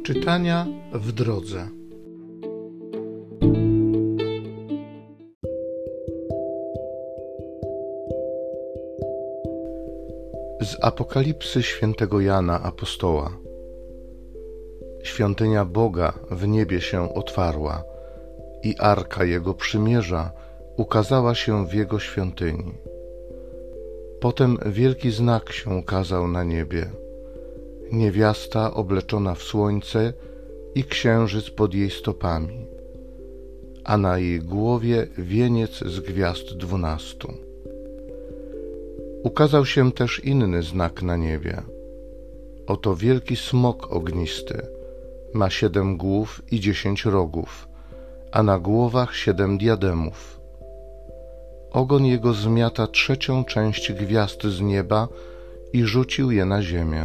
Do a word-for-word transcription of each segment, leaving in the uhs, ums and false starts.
Czytania w drodze. Z Apokalipsy świętego Jana Apostoła. Świątynia Boga w niebie się otwarła i arka Jego przymierza ukazała się w Jego świątyni. Potem wielki znak się ukazał na niebie. Niewiasta obleczona w słońce i księżyc pod jej stopami, a na jej głowie wieniec z gwiazd dwunastu. Ukazał się też inny znak na niebie. Oto wielki smok ognisty, ma siedem głów i dziesięć rogów, a na głowach siedem diademów. Ogon jego zmiata trzecią część gwiazd z nieba i rzucił je na ziemię.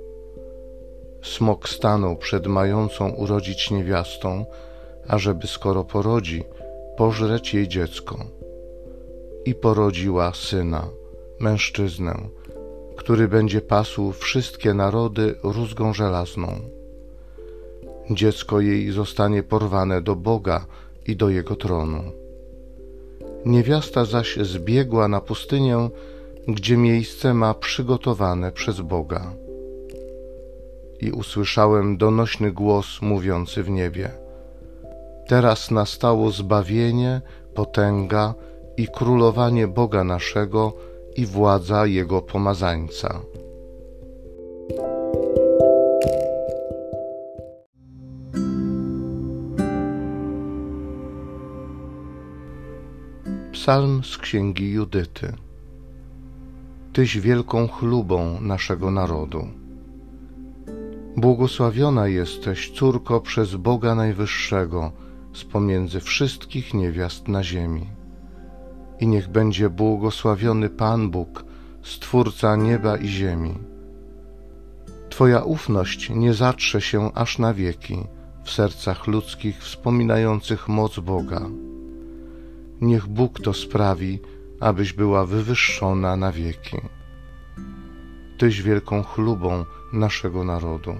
Smok stanął przed mającą urodzić niewiastą, ażeby skoro porodzi, pożreć jej dziecko. I porodziła syna, mężczyznę, który będzie pasł wszystkie narody rózgą żelazną. Dziecko jej zostanie porwane do Boga i do Jego tronu. Niewiasta zaś zbiegła na pustynię, gdzie miejsce ma przygotowane przez Boga. I usłyszałem donośny głos mówiący w niebie: teraz nastało zbawienie, potęga i królowanie Boga naszego i władza Jego pomazańca. Psalm z księgi Judyty. Tyś wielką chlubą naszego narodu. Błogosławiona jesteś, córko, przez Boga Najwyższego, z pomiędzy wszystkich niewiast na ziemi. I niech będzie błogosławiony Pan Bóg, Stwórca nieba i ziemi. Twoja ufność nie zatrze się aż na wieki w sercach ludzkich wspominających moc Boga. Niech Bóg to sprawi, abyś była wywyższona na wieki. Tyś wielką chlubą naszego narodu.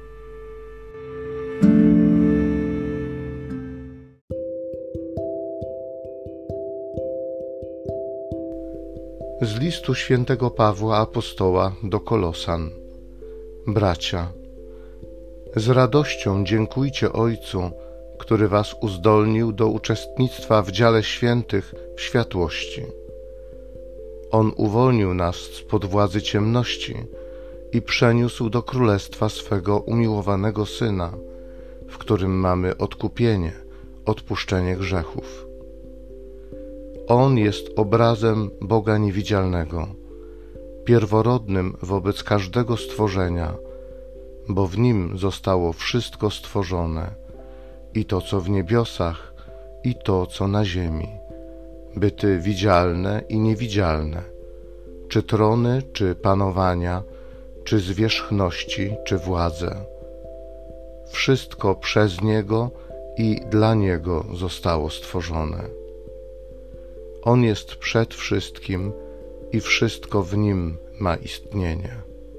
Z listu świętego Pawła Apostoła do Kolosan. Bracia, z radością dziękujcie Ojcu, który was uzdolnił do uczestnictwa w dziale świętych w światłości. On uwolnił nas spod władzy ciemności i przeniósł do królestwa swego umiłowanego Syna, w którym mamy odkupienie, odpuszczenie grzechów. On jest obrazem Boga niewidzialnego, pierworodnym wobec każdego stworzenia, bo w Nim zostało wszystko stworzone, i to, co w niebiosach, i to, co na ziemi, byty widzialne i niewidzialne, czy trony, czy panowania, czy zwierzchności, czy władze. Wszystko przez Niego i dla Niego zostało stworzone. On jest przed wszystkim i wszystko w Nim ma istnienie.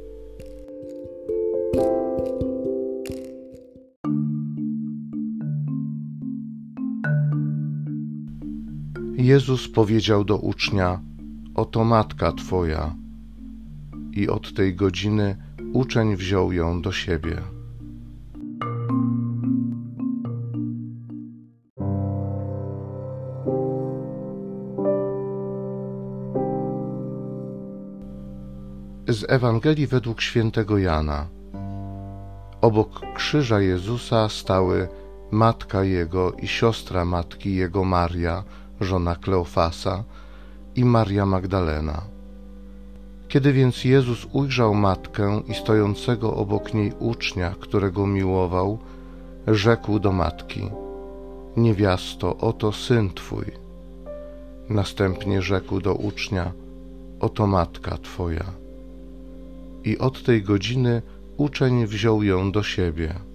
Jezus powiedział do ucznia: oto matka Twoja. I od tej godziny uczeń wziął ją do siebie. Z Ewangelii według świętego Jana. Obok krzyża Jezusa stały matka Jego i siostra matki Jego Maria, żona Kleofasa, i Maria Magdalena. Kiedy więc Jezus ujrzał matkę i stojącego obok niej ucznia, którego miłował, rzekł do matki: niewiasto, oto syn Twój. Następnie rzekł do ucznia: oto matka Twoja. I od tej godziny uczeń wziął ją do siebie.